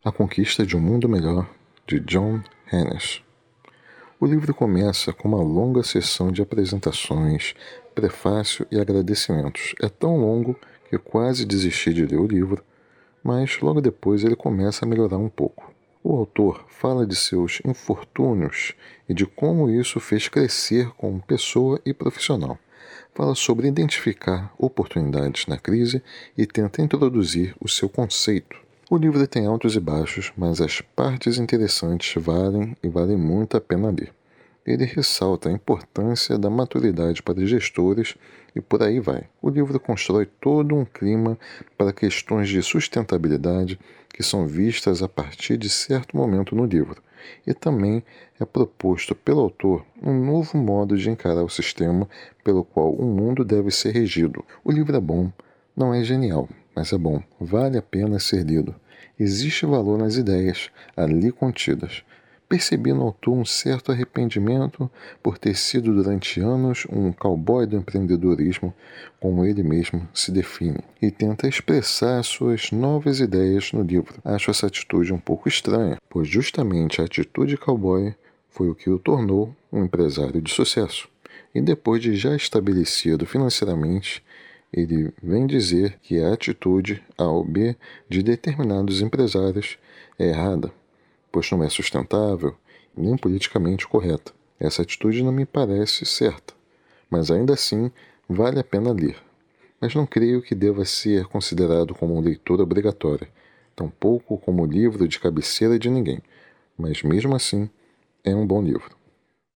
A Conquista de um Mundo Melhor, de John Hannes. O livro começa com uma longa sessão de apresentações, prefácio e agradecimentos. É tão longo que quase desisti de ler o livro, mas logo depois ele começa a melhorar um pouco. O autor fala de seus infortúnios e de como isso fez crescer como pessoa e profissional. Fala sobre identificar oportunidades na crise e tenta introduzir o seu conceito. O livro tem altos e baixos, mas as partes interessantes valem muito a pena ler. Ele ressalta a importância da maturidade para gestores e por aí vai. O livro constrói todo um clima para questões de sustentabilidade que são vistas a partir de certo momento no livro. E também é proposto pelo autor um novo modo de encarar o sistema pelo qual o mundo deve ser regido. O livro é bom, não é genial, mas é bom, vale a pena ser lido. Existe valor nas ideias ali contidas. Percebi no autor um certo arrependimento por ter sido durante anos um cowboy do empreendedorismo, como ele mesmo se define, e tenta expressar suas novas ideias no livro. Acho essa atitude um pouco estranha, pois justamente a atitude cowboy foi o que o tornou um empresário de sucesso. E depois de já estabelecido financeiramente, ele vem dizer que a atitude A ou B de determinados empresários é errada, pois não é sustentável nem politicamente correta. Essa atitude não me parece certa, mas ainda assim vale a pena ler. Mas não creio que deva ser considerado como leitura obrigatória, tampouco como livro de cabeceira de ninguém, mas mesmo assim é um bom livro.